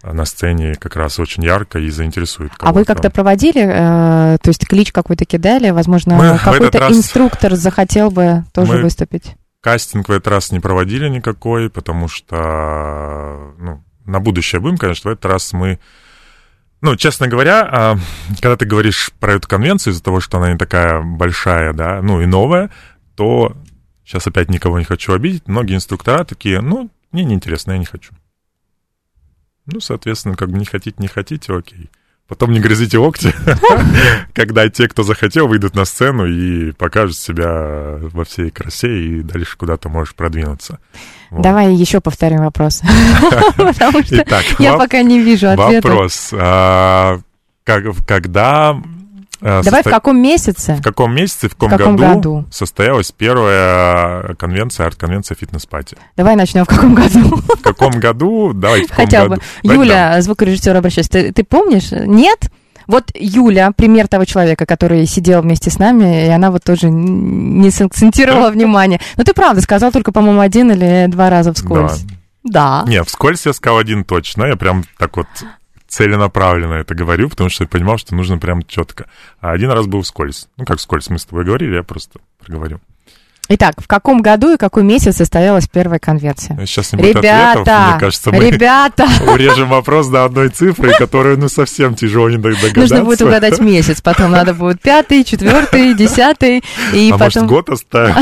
на сцене как раз очень ярко и заинтересует кого-то. А вы как-то проводили, то есть клич какой-то кидали? Возможно, какой-то инструктор захотел бы тоже выступить? Кастинг в этот раз не проводили никакой, потому что, на будущее будем, конечно, в этот раз мы... честно говоря, когда ты говоришь про эту конвенцию, из-за того, что она не такая большая, да, и новая, то сейчас опять никого не хочу обидеть, многие инструктора такие, мне неинтересно, я не хочу. Соответственно, не хотите, окей. Потом не грызите локти, когда те, кто захотел, выйдут на сцену и покажут себя во всей красе, и дальше куда-то можешь продвинуться. Давай еще повторим вопрос, потому что я пока не вижу ответа. Вопрос. Когда... Давай в каком месяце? В каком месяце, в каком году состоялась первая конвенция, арт-конвенция фитнес-пати? Давай начнем в каком году. В каком году? Давайте в каком Хотя году. бы. Юля, звукорежиссер, обращаюсь. Ты помнишь? Нет? Вот Юля, пример того человека, который сидел вместе с нами, и она вот тоже не сакцентировала внимание. Но ты правда сказал только, по-моему, 1 или 2 раза вскользь. Да. Не, вскользь я сказал 1 точно. Я прям так вот... целенаправленно это говорю, потому что я понимал, что нужно прям четко. А 1 раз был вскользь. Как вскользь, мы с тобой говорили, я просто проговорю. Итак, в каком году и какой месяц состоялась первая конвенция? Сейчас не будет ответов, мне кажется, мы урежем вопрос до одной цифры, которую, совсем тяжело не догадаться. Нужно будет угадать месяц, потом надо будет 5-й, 4-й, 10-й, и потом... может, год оставим?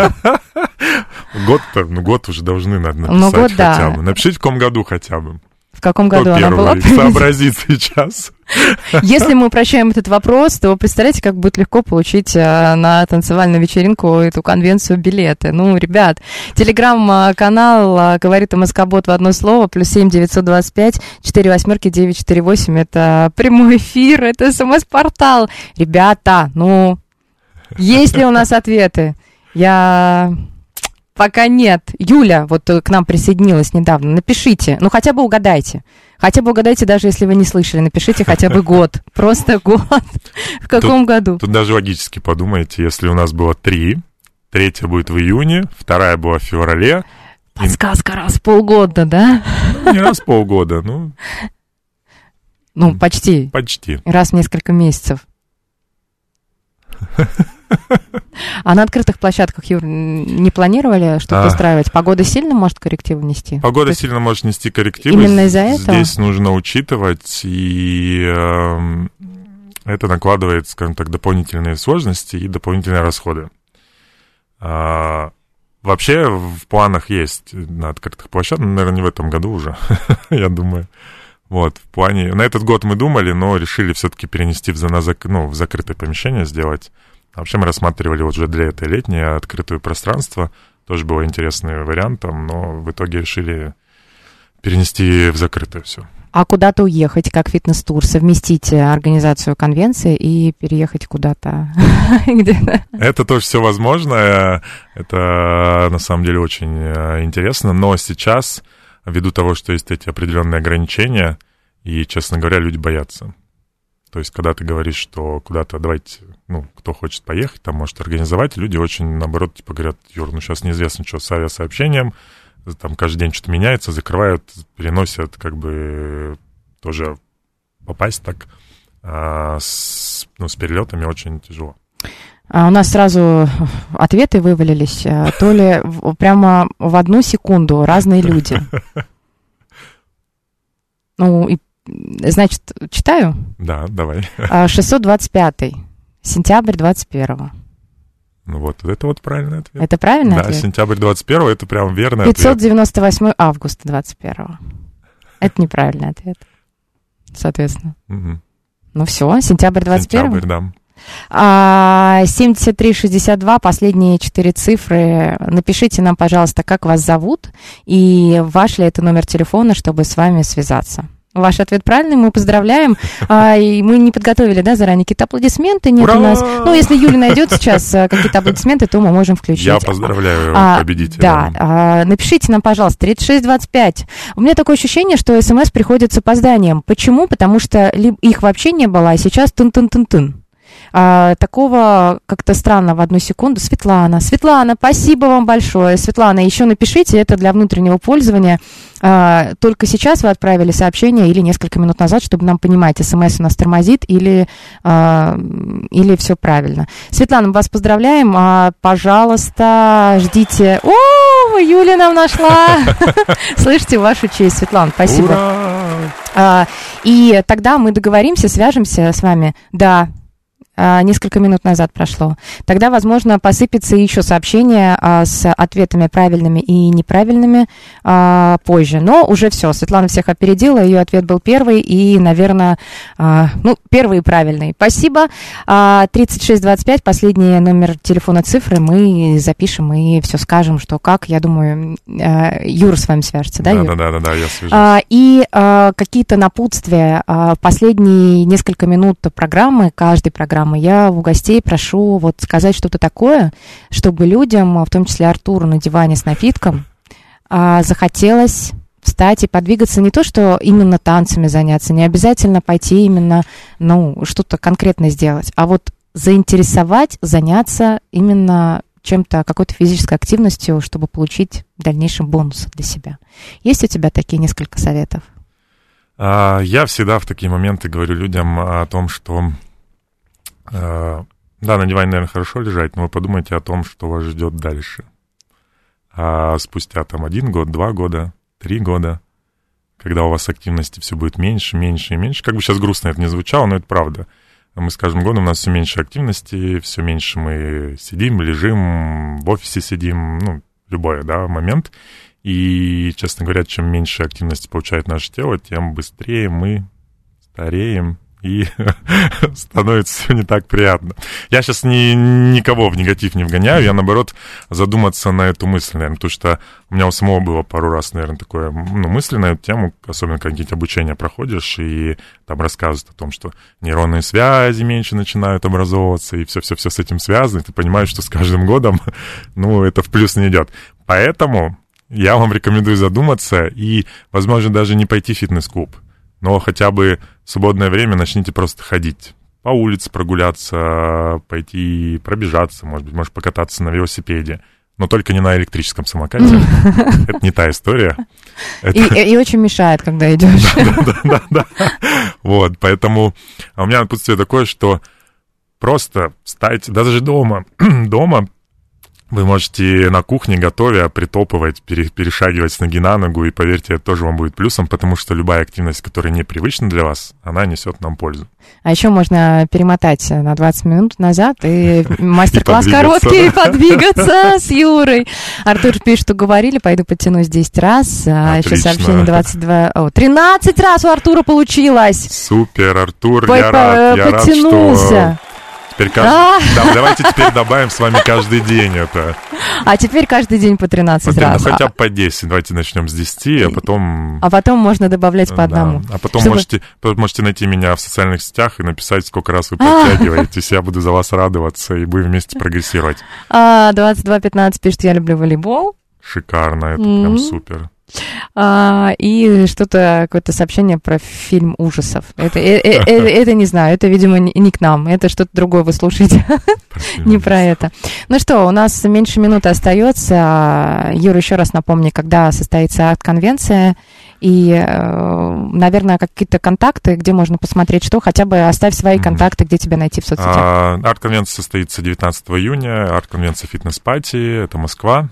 Год уже должны, надо написать хотя бы. Напишите, в каком году хотя бы. В каком году она была? Сообразит сейчас. Если мы упрощаем этот вопрос, то представляете, как будет легко получить на танцевальную вечеринку эту конвенцию билеты. Ребят, телеграм-канал «Говорит МСК-бот» в одно слово, +7 925 48 948. Это прямой эфир, это СМС-портал. Ребята, есть ли у нас ответы? Пока нет. Юля вот к нам присоединилась недавно. Напишите, хотя бы угадайте. Хотя бы угадайте, даже если вы не слышали. Напишите хотя бы год. Просто год. В каком году? Тут даже логически подумайте, если у нас было 3, 3-я будет в июне, 2-я была в феврале. Подсказка раз в полгода, да? Не раз в полгода, почти. Почти. Раз в несколько месяцев. А на открытых площадках, Юр, не планировали что-то устраивать? Погода сильно может коррективы нести? Погода сильно может нести коррективы. Именно из-за этого? Здесь нужно учитывать, и это накладывает, скажем так, дополнительные сложности и дополнительные расходы. Вообще в планах есть на открытых площадках, наверное, не в этом году уже, я думаю. В плане... На этот год мы думали, но решили все-таки перенести в закрытое помещение сделать. Вообще мы рассматривали уже для этой летней открытое пространство. Тоже был интересный вариант, но в итоге решили перенести в закрытое все. А куда-то уехать, как фитнес-тур, совместить организацию конвенции и переехать куда-то где-то? Это тоже все возможно. Это на самом деле очень интересно. Но сейчас, ввиду того, что есть эти определенные ограничения, и, честно говоря, люди боятся. То есть, когда ты говоришь, что куда-то давайте, кто хочет поехать, там может организовать, люди очень, наоборот, говорят: Юр, сейчас неизвестно, что с авиасообщением, там каждый день что-то меняется, закрывают, переносят, тоже попасть так с перелетами очень тяжело. У нас сразу ответы вывалились, то ли прямо в 1 секунду разные люди. Значит, читаю? Да, давай. 625-й, сентябрь 21-го. Это правильный ответ. Это правильный ответ? Да, сентябрь 21-го, это прям верный 598 августа 21-го. Это неправильный ответ, соответственно. Угу. Все, сентябрь 21-го? Сентябрь, да. 7362, последние 4 цифры. Напишите нам, пожалуйста, как вас зовут и ваш ли это номер телефона, чтобы с вами связаться. Ваш ответ правильный, мы поздравляем. И мы не подготовили, заранее какие-то аплодисменты. Нет. Ура! У нас. Если Юля найдет сейчас какие-то аплодисменты, то мы можем включить. Я поздравляю победителя. Да. Напишите нам, пожалуйста, 3625. У меня такое ощущение, что СМС приходит с опозданием. Почему? Потому что их вообще не было, а сейчас тын-тын-тын-тын. Такого как-то странно в 1 секунду. Светлана, спасибо вам большое. Светлана, еще напишите, это для внутреннего пользования. Только сейчас вы отправили сообщение или несколько минут назад, чтобы нам понимать, СМС у нас тормозит или все правильно. Светлана, мы вас поздравляем. Пожалуйста, ждите. О, Юля нам нашла. Слышите, вашу честь, Светлана, спасибо. Ура! И тогда мы договоримся, свяжемся с вами. Да. Несколько минут назад прошло. Тогда, возможно, посыпется еще сообщение с ответами правильными и неправильными позже. Но уже все, Светлана всех опередила, ее ответ был первый и, наверное, первый и правильный. Спасибо. 3625, последний номер телефона, цифры, мы запишем и все скажем, что как. Я думаю, Юра с вами свяжется, да, Юра? Да, я свяжусь. И какие-то напутствия. Последние несколько минут программы, каждой программы, я у гостей прошу вот сказать что-то такое, чтобы людям, в том числе Артуру на диване с напитком, захотелось встать и подвигаться, не то, что именно танцами заняться, не обязательно пойти именно, что-то конкретное сделать, а вот заинтересовать, заняться именно чем-то, какой-то физической активностью, чтобы получить в дальнейшем бонусы для себя. Есть у тебя такие несколько советов? Я всегда в такие моменты говорю людям о том, что да, на диване, наверное, хорошо лежать, но вы подумайте о том, что вас ждет дальше. Спустя 1 год, 2 года, 3 года, когда у вас активности все будет меньше и меньше, как бы сейчас грустно это не звучало, но это правда. Мы с каждым годом у нас все меньше активности, все меньше мы сидим, лежим, в офисе сидим, любой, момент. И, честно говоря, чем меньше активности получает наше тело, тем быстрее мы стареем. И становится все не так приятно. Я сейчас никого в негатив не вгоняю, я, наоборот, задуматься на эту мысль, наверное, потому что у меня у самого было пару раз, наверное, такое, мысли на эту тему, особенно когда какие-то обучения проходишь, и там рассказывают о том, что нейронные связи меньше начинают образовываться, и все с этим связано, и ты понимаешь, что с каждым годом, это в плюс не идет. Поэтому я вам рекомендую задуматься и, возможно, даже не пойти в фитнес-клуб, но хотя бы в свободное время начните просто ходить. По улице прогуляться, пойти пробежаться, может покататься на велосипеде. Но только не на электрическом самокате. Это не та история. И очень мешает, когда идешь. Да. Вот, поэтому у меня напутствие такое, что просто встать, даже дома вы можете на кухне, готовя, притопывать, перешагивать с ноги на ногу, и, поверьте, это тоже вам будет плюсом, потому что любая активность, которая непривычна для вас, она несет нам пользу. А еще можно перемотать на 20 минут назад и мастер-класс короткий, подвигаться с Юрой. Артур пишет, что говорили, пойду подтянусь 10 раз. Еще сообщение 13 раз у Артура получилось. Супер, Артур, я рад, что... Давайте теперь добавим с вами каждый день это. А теперь каждый день по 13 раз. Хотя бы по 10. Давайте начнем с 10, а потом... А потом можно добавлять по одному. А потом можете найти меня в социальных сетях и написать, сколько раз вы подтягиваетесь. Я буду за вас радоваться, и будем вместе прогрессировать. 22:15 пишет, я люблю волейбол. Шикарно, это прям супер. И что-то, какое-то сообщение про фильм ужасов. Это не знаю, это, видимо, не к нам. Это что-то другое вы слушаете. Не про это. Ну что, у нас меньше минуты остается. Юра, еще раз напомни, когда состоится арт-конвенция. И, наверное, какие-то контакты, где можно посмотреть, что. Хотя бы оставь свои контакты, где тебя найти в соцсетях. Арт-конвенция состоится 19 июня. Арт-конвенция «Фитнес-пати». Это Москва.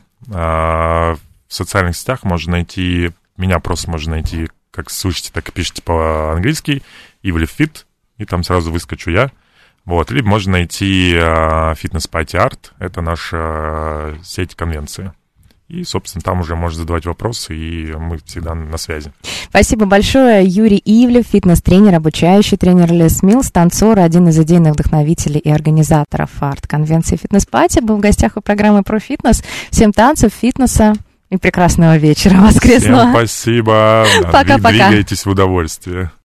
В социальных сетях можно найти, меня просто можно найти, как слышите, так и пишите по-английски, Ивлев Фит, и там сразу выскочу я. Вот, либо можно найти Fitness-Party Art, это наша сеть конвенции. И, собственно, там уже можно задавать вопросы, и мы всегда на связи. Спасибо большое. Юрий Ивлев, фитнес-тренер, обучающий тренер Les Mills, танцор, один из идейных вдохновителей и организаторов арт-конвенции Fitness-Party, был в гостях у программы «Про фитнес». Всем танцев, фитнеса и прекрасного вечера воскресного. Всем спасибо. Пока-пока. Двигайтесь в удовольствие.